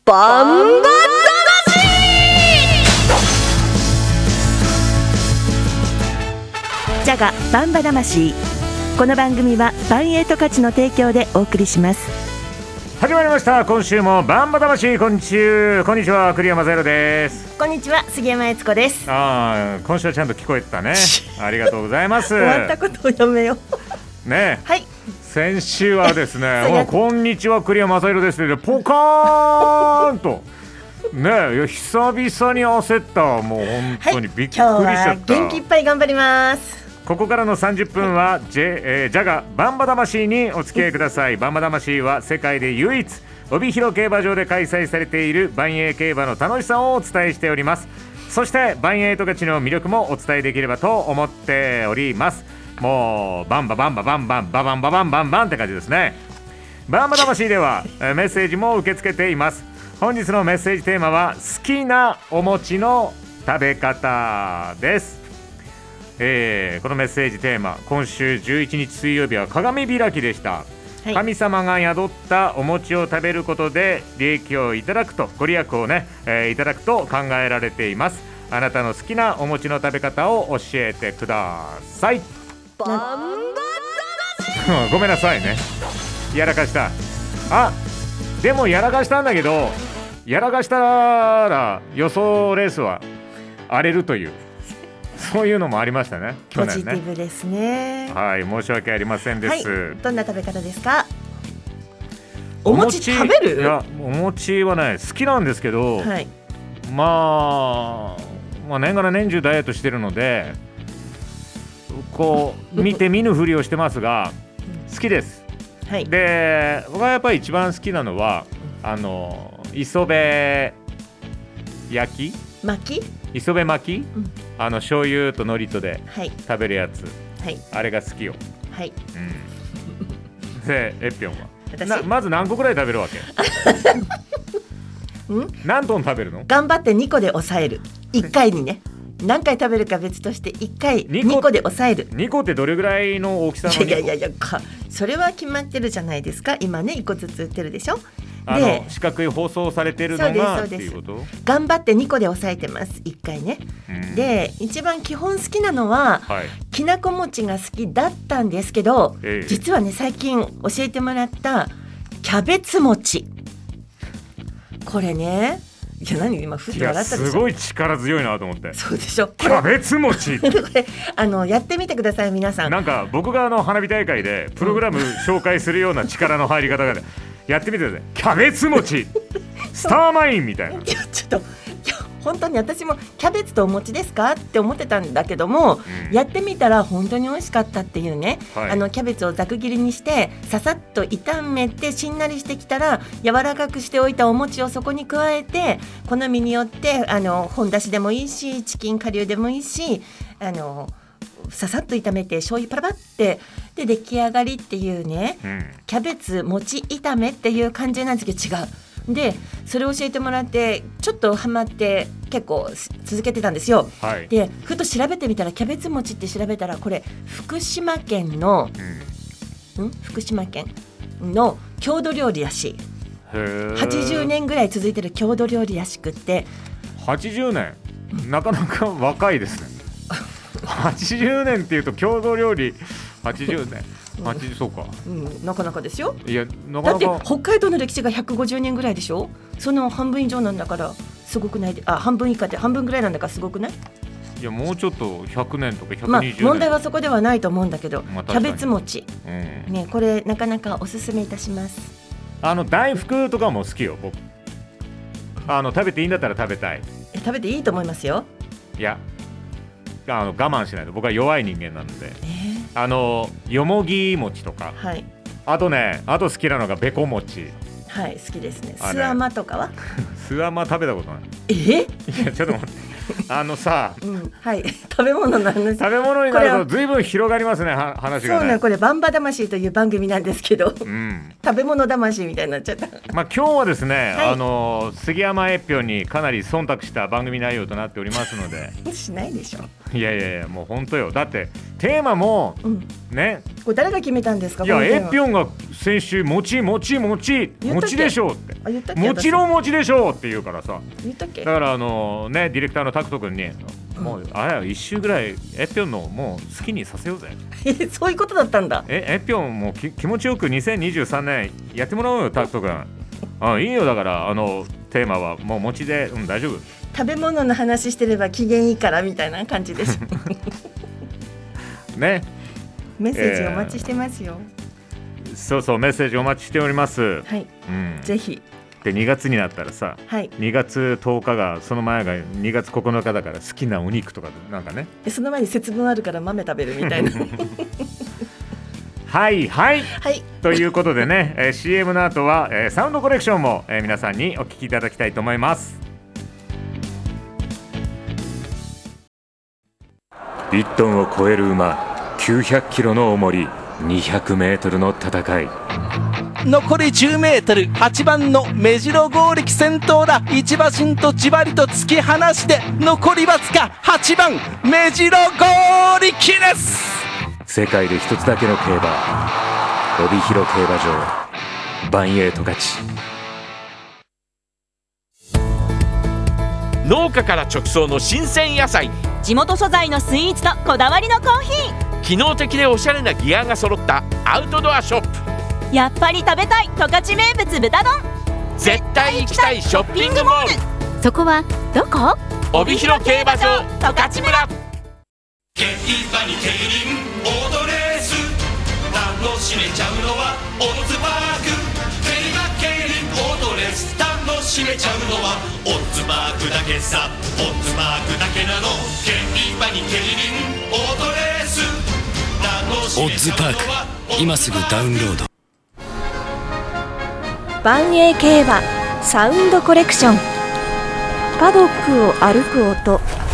バンバジャガバンバ魂。この番組はバンエイト価値の提供でお送りします。 始まりました。今週もバンバ魂。こんにちは、栗山ゼロです。 こんにちは、杉山悦子です。 今週はちゃんと聞こえてたね。ありがとうございます。 終わったことをやめようね。 はい。 先週はですねもうこんにちは、栗山雅宏ですね、ポカーンとねえ、久々に焦った。もう本当にびっくりしちゃった。 今日は元気いっぱい頑張ります。 ここからの30分はジャガバンバ魂にお付き合いください。バンバ魂は世界で唯一帯広競馬場で開催されている万栄競馬の楽しさをお伝えしております。そして万栄十勝の魅力もお伝えできればと思っております。もうバンババンババンバンババンババンバンバンって感じですね。バンバ魂ではメッセージも受け付けています。本日のメッセージテーマは好きなお餅の食べ方です。このメッセージテーマ、今週11日水曜日は鏡開きでした。はい、神様が宿ったお餅を食べることで利益をいただくと、ご利益をね、いただくと考えられています。あなたの好きなお餅の食べ方を教えてください。 バンバごめんなさいね、やらかした。でもやらかしたんだけど、やらかしたら予想レースは荒れるという、そういうのもありましたね、去年ね。 ポジティブですね。 はい、申し訳ありませんです。 はい、どんな食べ方ですか？お餅食べる？ いや、お餅はね好きなんですけど、はい、まあ年がら年中ダイエットしてるので、こう見て見ぬふりをしてますが好きです。はい、で僕がやっぱり一番好きなのは磯辺焼き巻き、磯辺巻き、醤油と海苔とで食べるやつ、はい、あれが好きよ。はい、でエッピョンはまず何個くらい食べるわけ？何トン食べるの？頑張って2個で抑える。1回にね何回食べるか別として1回2個で抑える。2個ってどれぐらいの大きさの？いやそれは決まってるじゃないですか。今ね1個ずつ売ってるでしょ。で四角い包装されてるのがっていうこと？頑張って2個で抑えてます、1回ね。で一番基本好きなのは、はい、きなこ餅が好きだったんですけど、実はね最近教えてもらったキャベツ餅、これね、いや何今ふっと笑ったでしょ。すごい力強いなと思って。そうでしょ。キャベツ餅これやってみてください皆さん。なんか僕が花火大会でプログラム紹介するような力の入り方がねやってみてください。キャベツ餅スターマインみたいな。いやちょっと本当に私もキャベツとお餅ですかって思ってたんだけども、やってみたら本当に美味しかったっていうね。はい、キャベツをざく切りにしてささっと炒めてしんなりしてきたら柔らかくしておいたお餅をそこに加えて、好みによって本だしでもいいしチキン顆粒でもいいしささっと炒めて醤油パラパってで出来上がりっていうね、キャベツ餅炒めっていう感じなんですけど違う。でそれを教えてもらってちょっとハマって結構続けてたんですよ。はい、でふと調べてみたらキャベツ餅って調べたらこれ福島県の、福島県の郷土料理らしい。80年ぐらい続いてる郷土料理らしくって。80年、なかなか若いですね。80年っていうと郷土料理80年そうか、なかなかですよ。いやなかなかだって北海道の歴史が150年ぐらいでしょ。その半分以上なんだからすごくないで、半分以下で半分ぐらいなんだからすごくない？いやもうちょっと100年とか120年、問題はそこではないと思うんだけど、キャベツ餅、ね、これなかなかおすすめいたします。大福とかも好きよ僕。食べていいんだったら食べたい。食べていいと思いますよ。いや我慢しないと、僕は弱い人間なので、よもぎ餅とか、はい、あと好きなのがべこ餅。はい、好きですね。すあまとかは？すあま食べたことない。いやちょっと待ってさ、はい、食べ物の話、食べ物になると随分広がりますね話がね。そうね、これバンバ魂という番組なんですけど、 食べ物魂みたいになっちゃった。 まあ今日はですね、はい、杉山エッピョンにかなり忖度した番組内容となっておりますのでしないでしょ。 いやいやいや、もう本当よ。だってテーマも、ね、 これ誰が決めたんですか。 いや、エッピョンが先週餅でしょうって、もちろん餅でしょうって言うからさ。 言ったっけ。 だからね、ディレクターのタクト君に、もうあれ1週ぐらいエッピョンのもう好きにさせようぜそういうことだったんだ。 エッピョンも気持ちよく2023年やってもらおうよタクト君。いいよ。だからテーマはもう餅で、大丈夫。 食べ物の話してれば機嫌いいからみたいな感じですね。 メッセージお待ちしてますよ。 そうそう、メッセージお待ちしております。 はい、ぜひ。 で2月になったらさ、 はい、 2月10日がその前が2月9日だから好きなお肉とかなんかね。 その前に節分あるから豆食べるみたいなはいはい、 はい、 ということでね、CM の後は、サウンドコレクションも、皆さんにお聞きいただきたいと思います。1トンを超える馬、900キロの重り、200メートルの戦い。 残り10メートル、8番の目白剛力先頭だ。一馬身とじわりと突き放して残りわずか。8番目白剛力です。 世界で一つだけの競馬、帯広競馬場、バンエイト勝ち。 農家から直送の新鮮野菜、 地元素材のスイーツとこだわりのコーヒー、 機能的でおしゃれなギアが揃ったアウトドアショップ。 やっぱり食べたい十勝名物豚丼。 絶対行きたいショッピングモール。 そこはどこ？ 帯広競馬場十勝村。 競馬に競輪オートレース楽しめちゃうのはオッズパーク。競馬競輪オートレース楽しめちゃうのはオッズパークだけさ。オッズパークだけなの。競馬に競輪オートレース楽しめちゃうのはオッズパーク。今すぐダウンロード。 万栄競馬サウンドコレクション。パドックを歩く音。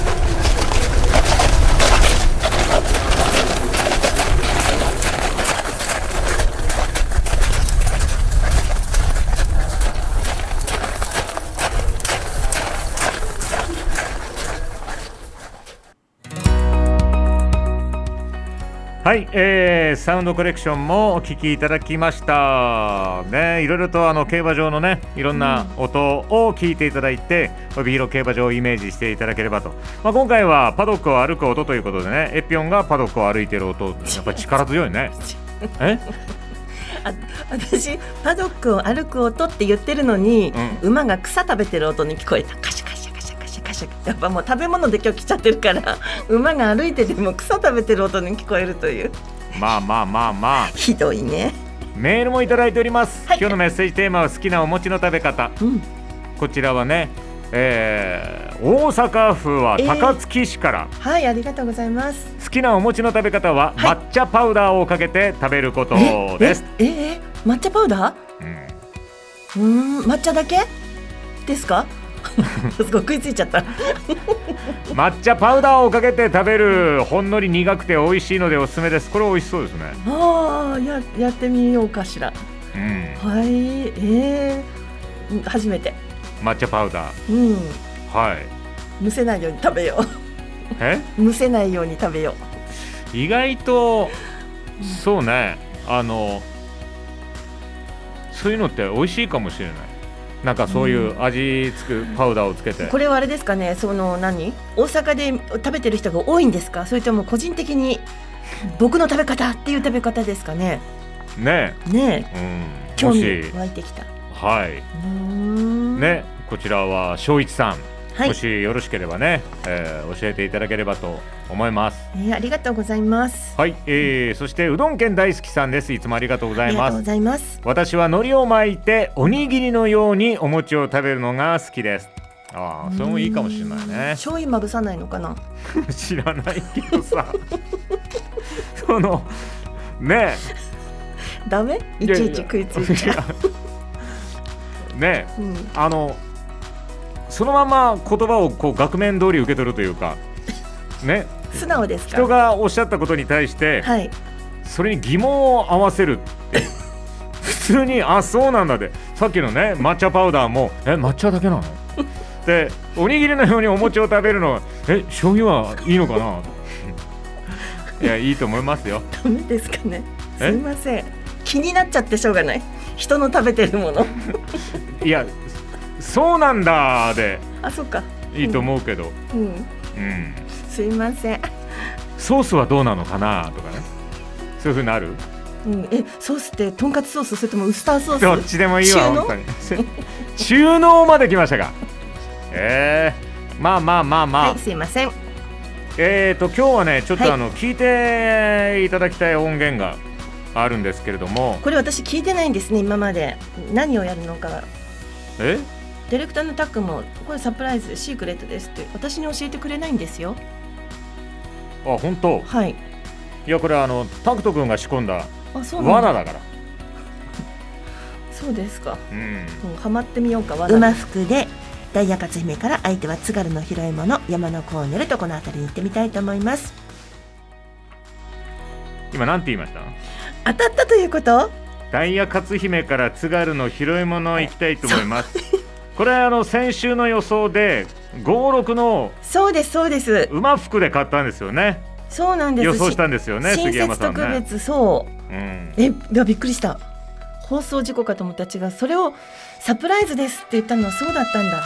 はい、サウンドコレクションもお聞きいただきましたね。いろいろと競馬場のね、いろんな音を聞いていただいて、帯広競馬場をイメージしていただければと。今回はパドックを歩く音ということでね、エッピョンがパドックを歩いている音、やっぱり力強いね私パドックを歩く音って言ってるのに、馬が草食べてる音に聞こえた。カシャカシャカシャカシャカシャ。やっぱもう食べ物で今日来ちゃってるから馬が歩いてても草食べてる音に聞こえるという。 まあひどいね。 メールもいただいております、 はい、 今日のメッセージテーマは好きなお餅の食べ方、こちらはね、大阪府は高槻市から、 はい、ありがとうございます。 好きなお餅の食べ方は、抹茶パウダーをかけて食べることです。 抹茶パウダー、抹茶だけですかすごい食いついちゃった抹茶パウダーをかけて食べる、ほんのり苦くて美味しいのでおすすめです。これ美味しそうですね。 やってみようかしら。はい、初めて抹茶パウダー、はい、 むせないように食べようむせないように食べよう。意外とそうね、そういうのって美味しいかもしれない。なんかそういう味付くパウダーをつけて、 これはあれですかね、大阪で食べてる人が多いんですか、それとも個人的に僕の食べ方っていう食べ方ですかね。 ねえ、 興味湧いてきた。 はいね、こちらは正一さん、もしよろしければね、教えていただければと思います。 ありがとうございます。 はい、そしてうどん県大好きさんです。いつもありがとうございます。 ありがとうございます。 私は海苔を巻いておにぎりのようにお餅を食べるのが好きです。それもいいかもしれないね。 醤油まぶさないのかな知らないけどさねダメ、いちいち食いついちゃうね、そのまま言葉を額面通り受け取るというかね、 素直ですか。 人がおっしゃったことに対して、それに疑問を合わせるって普通にそうなんだで、さっきのね抹茶パウダーも抹茶だけなので、おにぎりのようにお餅を食べるのは醤油はいいのかな。いや、いいと思いますよ。 ダメですかね。すいません、気になっちゃってしょうがない、人の食べてるものいや、そうなんだでそうか、 いいと思うけど、 すいません。 ソースはどうなのかなとかね、そういう風になる。 ソースってとんかつソース、それともウスターソース、 どっちでもいいわ本当に中濃まで来ましたか。まあはい、 すいません。 今日はねちょっと聞いていただきたい音源があるんですけれども、 これ私聞いてないんですね、今まで。何をやるのか。ディレクターのタックもこれサプライズシークレットですって私に教えてくれないんですよ。 本当。 はい。 いや、これタクト君が仕込んだ罠だから。 そうですか。ハマってみようか。馬服でダイヤ勝姫から、相手は津軽の広いもの山のコーネルと、この辺りに行ってみたいと思います。 今なんて言いました？ 当たったということ？ ダイヤ勝姫から津軽の広いもの行きたいと思いますこれ先週の予想で56のそうです馬服で買ったんですよね。 そうなんです。 予想したんですよね、杉山さんね。 新設特別、そう、いやびっくりした。放送事故かと思ったら違う。それをサプライズですって言ったのはそうだったんだ。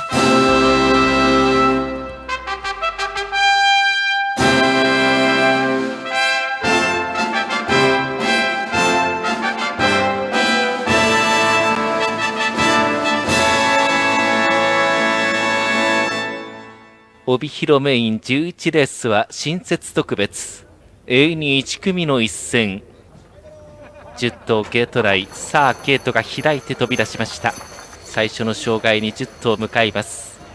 帯広メイン11レースは新設特別 A に1組の一戦、10頭ゲートライ、さあゲートが開いて飛び出しました。最初の障害に10頭向かいます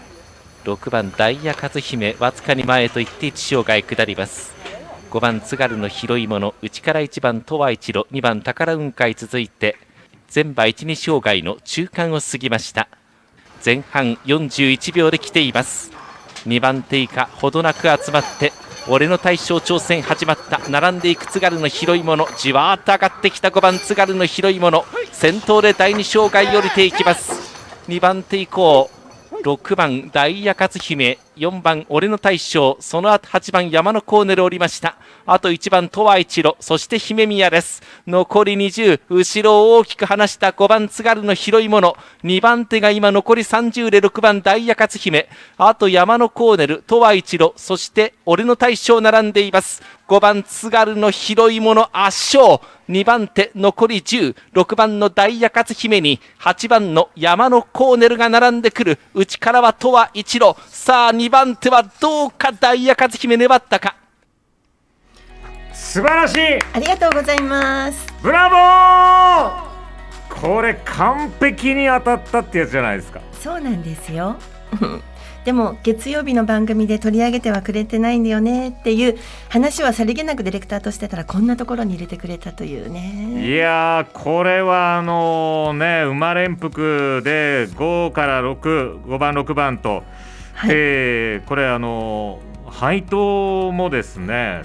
。6番ダイヤ勝姫、わずかに前へと行って1障害下ります。5番津軽の広いもの、内から1番とわ一路、2番宝雲海続いて全馬 1,2 障害の中間を過ぎました。前半41秒で来ています。2番手以下ほどなく集まって俺の大将挑戦始まった。並んでいく津軽の広いもの、じわーっと上がってきた5番津軽の広いもの、先頭で第2障害降りていきます。2番手以降6番ダイヤ勝姫、4番俺の大将、その後8番山のコーネル降りました。あと1番とわ一路、そして姫宮です。残り20、後ろを大きく離した5番津軽の広いもの、2番手が今残り30で6番ダイヤ勝姫、あと山のコーネルとわ一路、そして俺の大将並んでいます。5番津軽の広いもの圧勝。2番手残り10、6番のダイヤ勝姫に8番の山のコーネルが並んでくる。内からはとわ一路、さあ2番手はどうか。ダイヤ勝姫粘ったか。 素晴らしい、 ありがとうございます。 ブラボー。これ完璧に当たったってやつじゃないですか。 そうなんですよでも月曜日の番組で取り上げてはくれてないんだよねっていう話はさりげなくディレクターとしてたら、こんなところに入れてくれたというね。 いやー、これは馬連服で5から6、5番6番と、これ配当もですね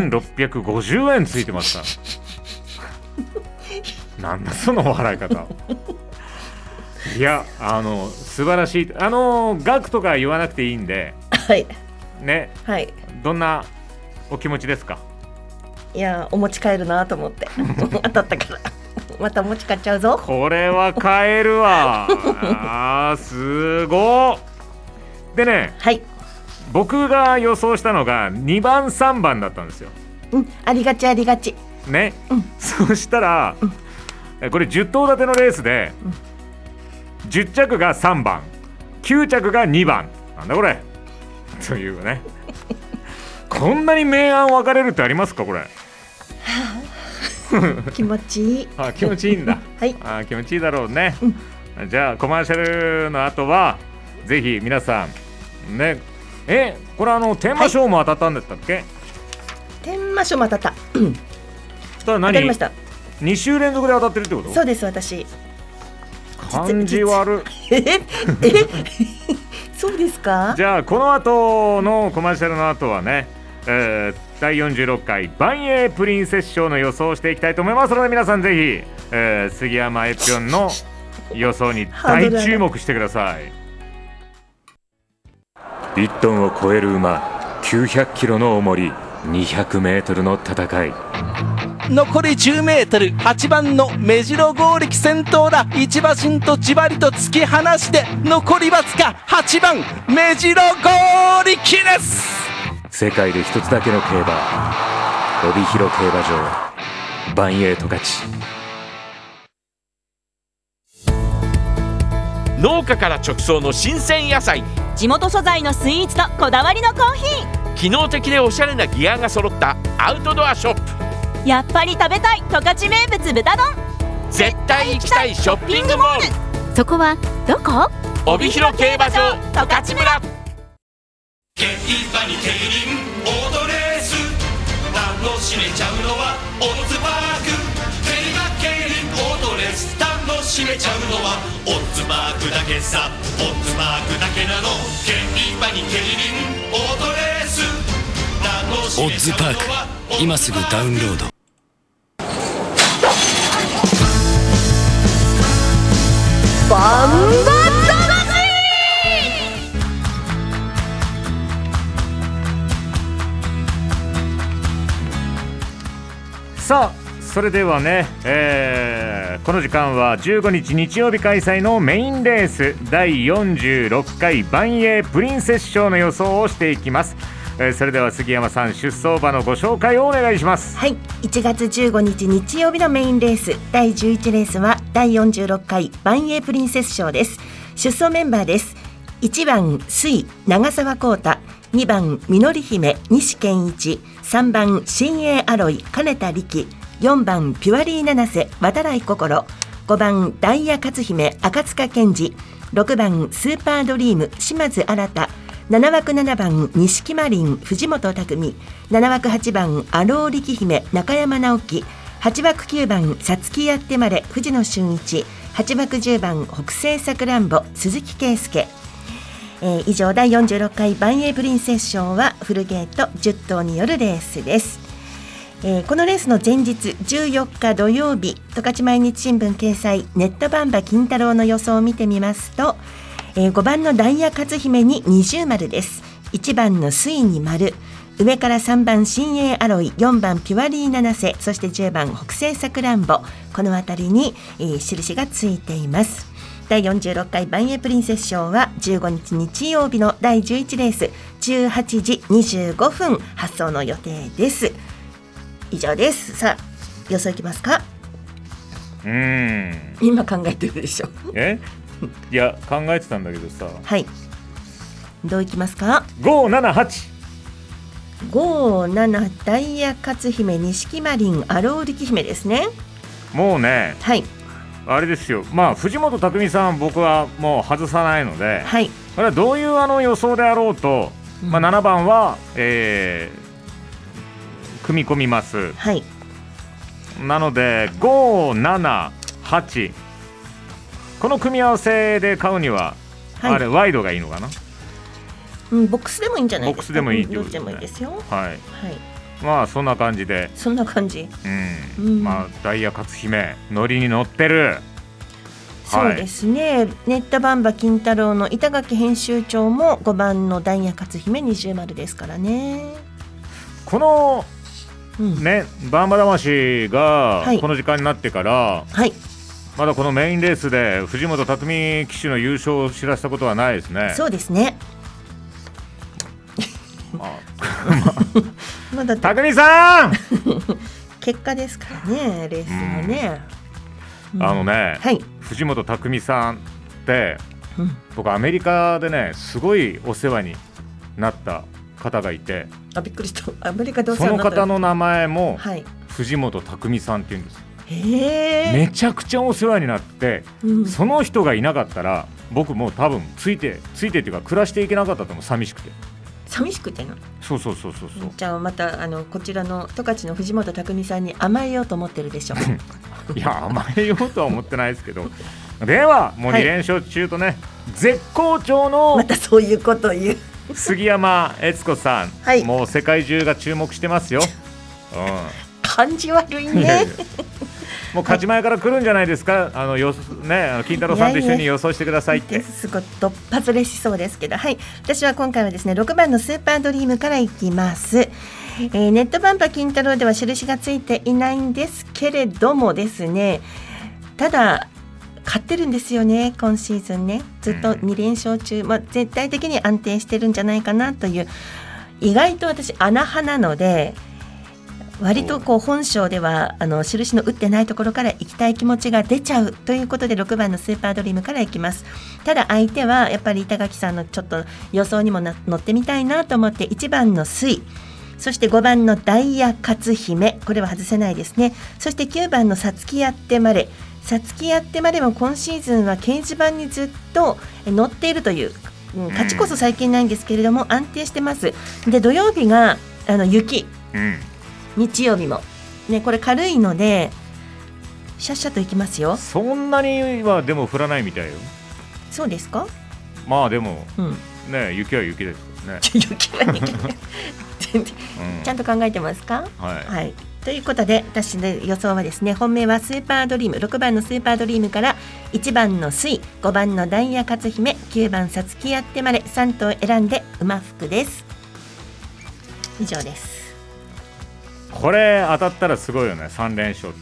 1650円ついてますからなんだその笑い方いや、素晴らしい。額とか言わなくていいんで、 はいね、 はい、 どんなお気持ちですか？ いや、お持ち帰るなと思って当たったからまたお持ち帰っちゃうぞ。 これは買えるわすごい。でね、 はい、 僕が予想したのが2番3番だったんですよ。 ありがちありがちね、そしたら、これ10頭立てのレースで、10着が3番、9着が2番、なんだこれというねこんなに明暗分かれるってありますかこれ気持ちいい気持ちいいんだはい、 気持ちいいだろうね、じゃあコマーシャルの後はぜひ皆さんね、これテーマ賞も当たったんだったっけ？ テーマ賞も当たった当たりました。 2週連続で当たってるってこと？ そうです、私。 感じ悪そうですか？ じゃあこの後のコマーシャルの後はね、 第46回万栄プリンセス賞の予想をしていきたいと思いますので、皆さんぜひ、杉山エピョンの予想に大注目してください。1トンを超える馬、900キロの重り、200メートルの戦い。 残り10メートル、8番の目白剛力先頭だ。1馬身とじわりと突き放して残りわずか。8番目白剛力です。 世界で一つだけの競馬、帯広競馬場、バンエイト勝ち。 農家から直送の新鮮野菜、 地元素材のスイーツとこだわりのコーヒー、 機能的でおしゃれなギアが揃ったアウトドアショップ。 やっぱり食べたい十勝名物豚丼。 絶対行きたいショッピングモール、 そこはどこ？ 帯広競馬場十勝村。 競馬に競輪オートレース楽しめちゃうのはオッズパーク。競馬競輪オートレース楽しめちゃうのはオッズパークだけさ。オッズパークだけなの。競馬に競輪オートレース楽しめちゃうのはオッズパーク。今すぐダウンロード。 バンバさあ、それではね、この時間は15日日曜日開催のメインレース第46回万栄プリンセス賞の予想をしていきます。それでは杉山さん、出走馬のご紹介をお願いします。 はい、1月15日日曜日のメインレース第11レースは第46回万栄プリンセス賞です。出走メンバーです。1番水長澤浩太、2番みのり姫西健一、3番新鋭アロイ金田力、4番ピュアリー七瀬渡来心、5番ダイヤ勝姫赤塚健二、6番スーパードリーム島津新、7枠7番錦マリン藤本匠、7枠8番アロー力姫中山直樹、8枠9番さつきやってまれ藤野俊一、8枠10番北西さくらんぼ鈴木圭介。以上第46回万栄プリンセス賞はフルゲート10頭によるレースです。このレースの前日14日土曜日、十勝毎日新聞掲載ネットバンバ金太郎の予想を見てみますと、5番のダイヤ勝姫に20丸です。1番の水に丸、上から3番新鋭アロイ、4番ピュアリー七瀬、そして10番北西さくらんぼ、この辺りに、印がついています。第46回万栄プリンセス賞は15日日曜日の第11レース18時25分発送の予定です。以上です。さあ、予想いきますか？今考えてるでしょ。 いや、考えてたんだけどさ。 はい、どういきますか ？578 57ダイヤ勝姫錦マリンアロー力姫ですね。 もうね、 はい、 あれですよ、まあ藤本匠さん僕はもう外さないので、 はい、 これはどういう予想であろうと、7番は、組み込みます。 はい、 なので578、この組み合わせで買うには、はい、あれワイドがいいのかな？ ボックスでもいいんじゃないですか？ボックスでもいいってことですね。どっちでもいいですよ。 はい、 はい、 まあそんな感じで。 そんな感じ。 まあダイヤ勝姫ノリに乗ってる。 そうですね、はい、ネットバンバ金太郎の板垣編集長も5番のダイヤ勝姫20丸ですからね。 この、ね、バンバ魂がこの時間になってから、 はい、 まだこのメインレースで藤本匠騎手の優勝を知らせたことはないですね。 そうですね。 まだ匠さん結果ですからね、レースはね。 はい、藤本匠さんって、僕アメリカでねすごいお世話になった方がいて、 びっくりした。アメリカでお世話になった。その方の名前も、 はい、 藤本匠さんって言うんですよ。めちゃくちゃお世話になって、その人がいなかったら僕もう多分ついてっていうか暮らしていけなかったと思う。寂しくてな。そうじゃあまたこちらの十勝の藤本匠さんに甘えようと思ってるでしょ。 いや、甘えようとは思ってないですけどではもう2連勝中とね、絶好調のまたそういうことを言う杉山悦子さん、 はい、 もう世界中が注目してますよ、 感じ悪いねもう勝ち前から来るんじゃないですか、金太郎さんと一緒に予想してくださいって。 すごい突発れしそうですけど、はい、私は今回はですね6番のスーパードリームからいきます。ネットバンパ金太郎では印がついていないんですけれどもですね、ただ勝ってるんですよね、今シーズンね、ずっと2連勝中、絶対的に安定してるんじゃないかなという、意外と私穴派なので、割とこう本性では印の打ってないところから行きたい気持ちが出ちゃうということで6番のスーパードリームからいきます。ただ相手はやっぱり板垣さんのちょっと予想にも乗ってみたいなと思って1番の水、そして5番のダイヤ勝姫、これは外せないですね。そして9番のさつきやってまれ、さつきやってまでも今シーズンは掲示板にずっと乗っているという、勝ちこそ最近ないんですけれども安定してます。で土曜日が雪、日曜日も、ね、これ軽いのでシャッシャと行きますよ。 そんなにはでも降らないみたいよ。 そうですか。 まあでも、ね、雪は雪ですね雪は雪ちゃんと考えてますか。はい、ということで私の予想はですね、本命はスーパードリーム、6番のスーパードリームから1番の水、5番のダイヤ勝姫、9番さつきやってまれ、3頭選んで馬服です。以上です。 これ当たったらすごいよね、3連勝って。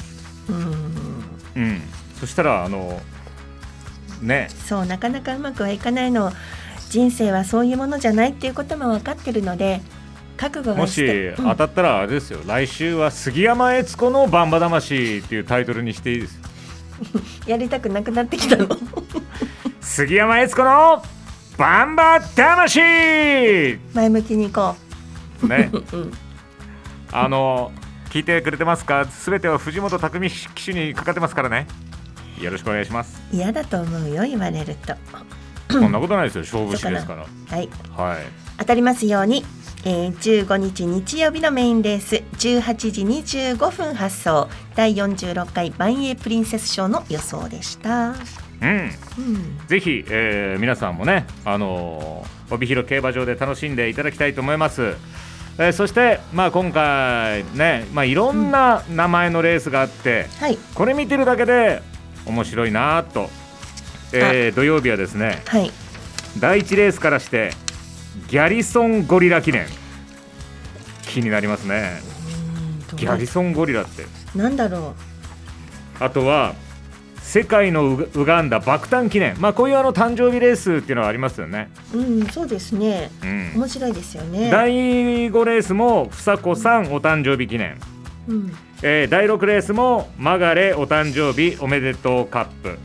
そしたらね、 そうなかなかうまくはいかないの、人生はそういうものじゃないっていうことも分かってるので覚悟がして、 もし当たったらあれですよ、来週は杉山悦子のバンバ魂っていうタイトルにしていいですやりたくなくなってきたの杉山悦子のバンバ魂、 前向きにいこうね聞いてくれてますか。すべては藤本匠騎手にかかってますからね、よろしくお願いします。 嫌だと思うよ、言われるとそんなことないですよ、勝負師ですから。 はい、当たりますように。15日日曜日のメインレース18時25分発送第46回万栄プリンセス賞の予想でした。 ぜひ、皆さんもね、帯広競馬場で楽しんでいただきたいと思います。そして、今回ね、いろんな名前のレースがあって、これ見てるだけで面白いなと、土曜日はですね、第1レースからしてギャリソンゴリラ記念、気になりますね。ギャリソンゴリラってなんだろう。あとは世界のウガンダ爆誕記念、こういう誕生日レースっていうのはありますよね。 そうですね、面白いですよね。 第5レースも房子さんお誕生日記念、第6レースもマガレお誕生日おめでとうカップ、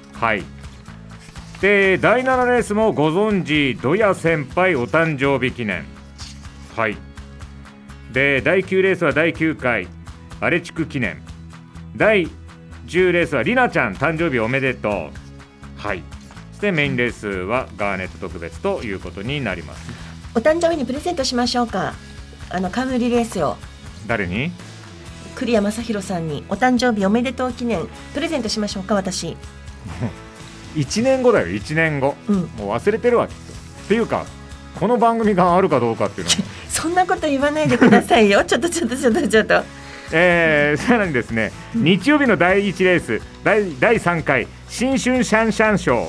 で第7レースもご存知ドヤ先輩お誕生日記念、で第9レースは第9回アレチク記念、第10レースはリナちゃん誕生日おめでとう、そしてメインレースはガーネット特別ということになります。 お誕生日にプレゼントしましょうか、冠レースを。誰に？栗山正宏さんにお誕生日おめでとう記念プレゼントしましょうか。私 1年後だよ、1年後、もう忘れてるわっていうか、この番組があるかどうかっていうのそんなこと言わないでくださいよちょっとさらにですね、日曜日の第1レース第3回新春シャンシャン賞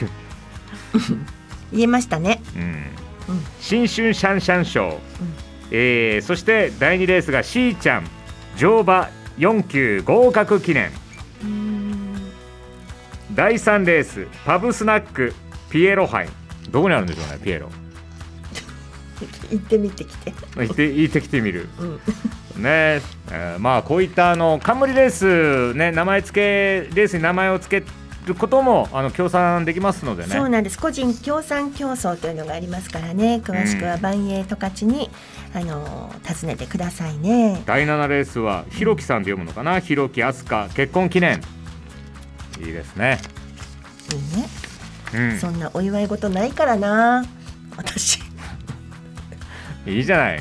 言えましたね、 新春シャンシャン賞、そして第2レースがしーちゃん乗馬4級合格記念、第3レースパブスナックピエロ杯、どこにあるんでしょうね、ピエロ行ってみてきて行ってきてみる、ね、こういった冠レース、ね、名前付けレースに名前を付けることも協賛できますのでね。 そうなんです、個人協賛競争というのがありますからね、詳しくは万栄十勝に尋ねてくださいね。 第7レースはひろきさんで読むのかな、ひろきあすか結婚記念、いいですね。 いいね、そんなお祝い事ないからな私いいじゃない、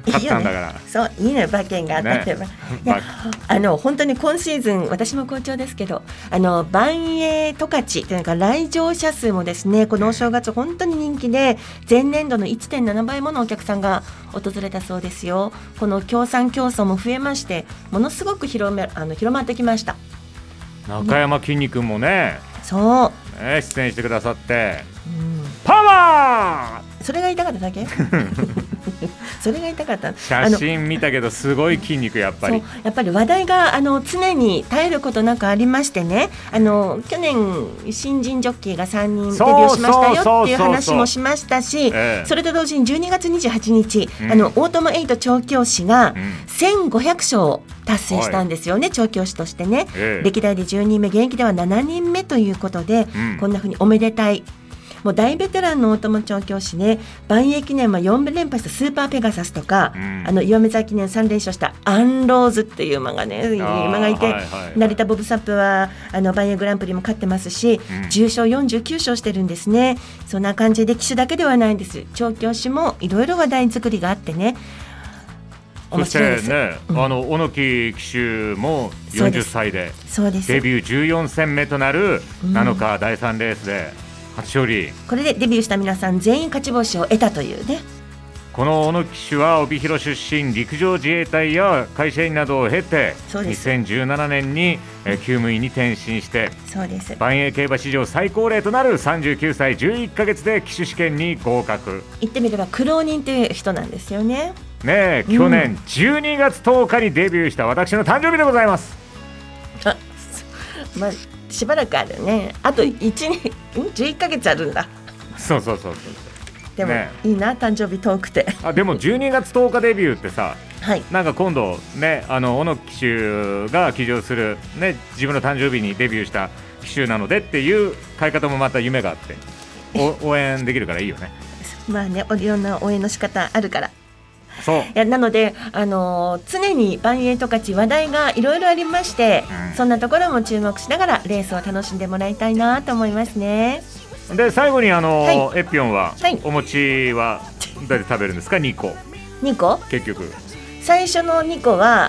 勝ったんだから。 そういいのよ、馬券が当たれば、ね、本当に今シーズン私も好調ですけど、万栄十勝というか来場者数もですね、このお正月本当に人気で前年度の 1.7 倍ものお客さんが訪れたそうですよ。この協賛競争も増えまして、ものすごく広まってきました。 中山きんに君もね、 そう、 出演してくださって、パワー、 それが言いたかっただけそれが言いたかった。 写真見たけどすごい筋肉、やっぱり話題が常に絶えることなくありましてね、去年新人ジョッキーが3人デビューしましたよっていう話もしましたし、それと同時に12月28日、大友エイト調教師が1500勝を達成したんですよね、調教師としてね、歴代で10人目、現役では7人目ということで、こんな風におめでたい、もう大ベテランの大友調教師ね、万栄記念は4連覇したスーパーペガサスとか、岩見沢記念3連勝したアンローズっていう馬がね、馬がいて、成田ボブサップは万栄グランプリも勝ってますし、重賞49勝してるんですね。そんな感じで騎手だけではないんです。調教師もいろいろ話題作りがあってね、 そしてね、小野木騎手も40歳でデビュー14戦目となる7日第3レースで初勝利、 これでデビューした皆さん全員勝ち星を得たというね。 この小野騎手は帯広出身、陸上自衛隊や会社員などを経て2017年に厩務員に転身して、 そうです、 万栄競馬史上最高齢となる39歳11ヶ月で騎手試験に合格。 言ってみれば苦労人という人なんですよね。 ねえ、去年12月10日にデビューした私の誕生日でございます。 しばらくあるね。あと11ヶ月あるんだ。 そうでも、いいな、誕生日遠くて。 でも12月10日デビューってさ、 はい、 なんか今度ね、小野騎手が騎乗する、ね、自分の誕生日にデビューした騎手なのでっていう買い方もまた夢があって応援できるからいいよね。 まあね、いろんな応援の仕方あるから。 そう、 いや、なので、常に万栄十勝話題がいろいろありまして、そんなところも注目しながらレースを楽しんでもらいたいなと思いますね。 で最後にエッピョンは、お餅はどうやって食べるんですか？2個結局最初の2個は、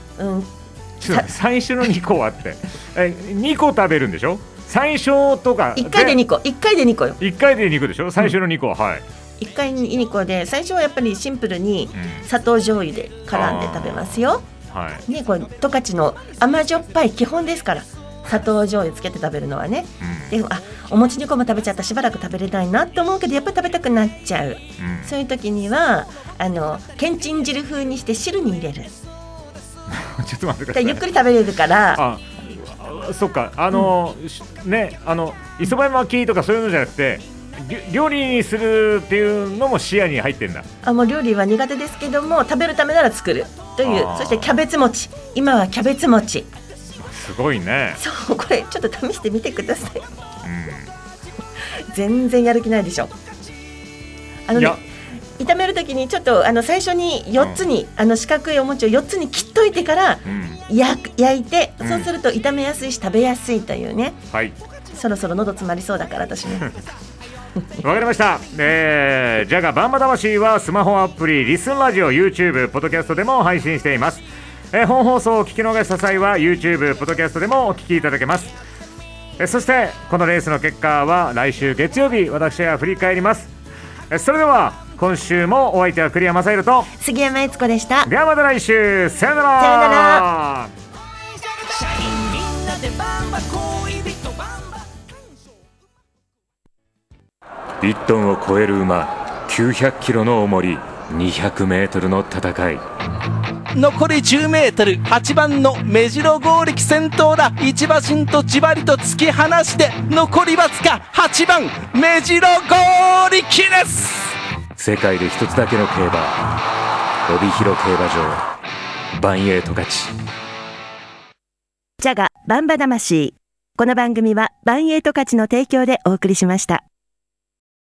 最初の2個はって2個食べるんでしょ？最初とか 1回で2個よ。1 回で2個でしょ？最初の2個は、はい、 1回に2個で、最初はやっぱりシンプルに砂糖醤油で絡んで食べますよ、ね、これ十勝の甘じょっぱい基本ですから、砂糖醤油つけて食べるのはね、でお餅2個も食べちゃった、しばらく食べれないなと思うけどやっぱり食べたくなっちゃう、そういう時にはけんちん汁風にして汁に入れるちょっと待ってください、 ゆっくり食べれるから。 そっか、ね、磯前巻きとかそういうのじゃなくて料理にするっていうのも視野に入ってんだ。 もう料理は苦手ですけども、食べるためなら作るという。そしてキャベツ餅、今はキャベツ餅、 すごいね。 そう、これちょっと試してみてください、全然やる気ないでしょ。炒めるときにちょっと最初に4つに、四角いお餅を4つに切っといてから、焼いて、そうすると炒めやすいし食べやすいというね、そろそろ喉詰まりそうだから私もわかりました。ジャガバンバ魂はスマホアプリ、リスンラジオ、 YouTube、 ポッドキャストでも配信しています。本放送を聞き逃した際は YouTube、 ポッドキャストでもお聞きいただけます。そしてこのレースの結果は来週月曜日私が振り返ります。それでは今週もお相手は栗山雅宏と杉山悦子でした。 ではまた来週、さよなら。 さよなら。 1トンを超える馬、900キロの重り、200メートルの戦い。 残り10メートル、8番の目白剛力先頭だ。一馬身とじわりと突き放して残りわずか、8番目白剛力です。 世界で一つだけの競馬、帯広競馬場、万栄十勝。 ジャガバンバ魂。この番組は万栄十勝の提供でお送りしました。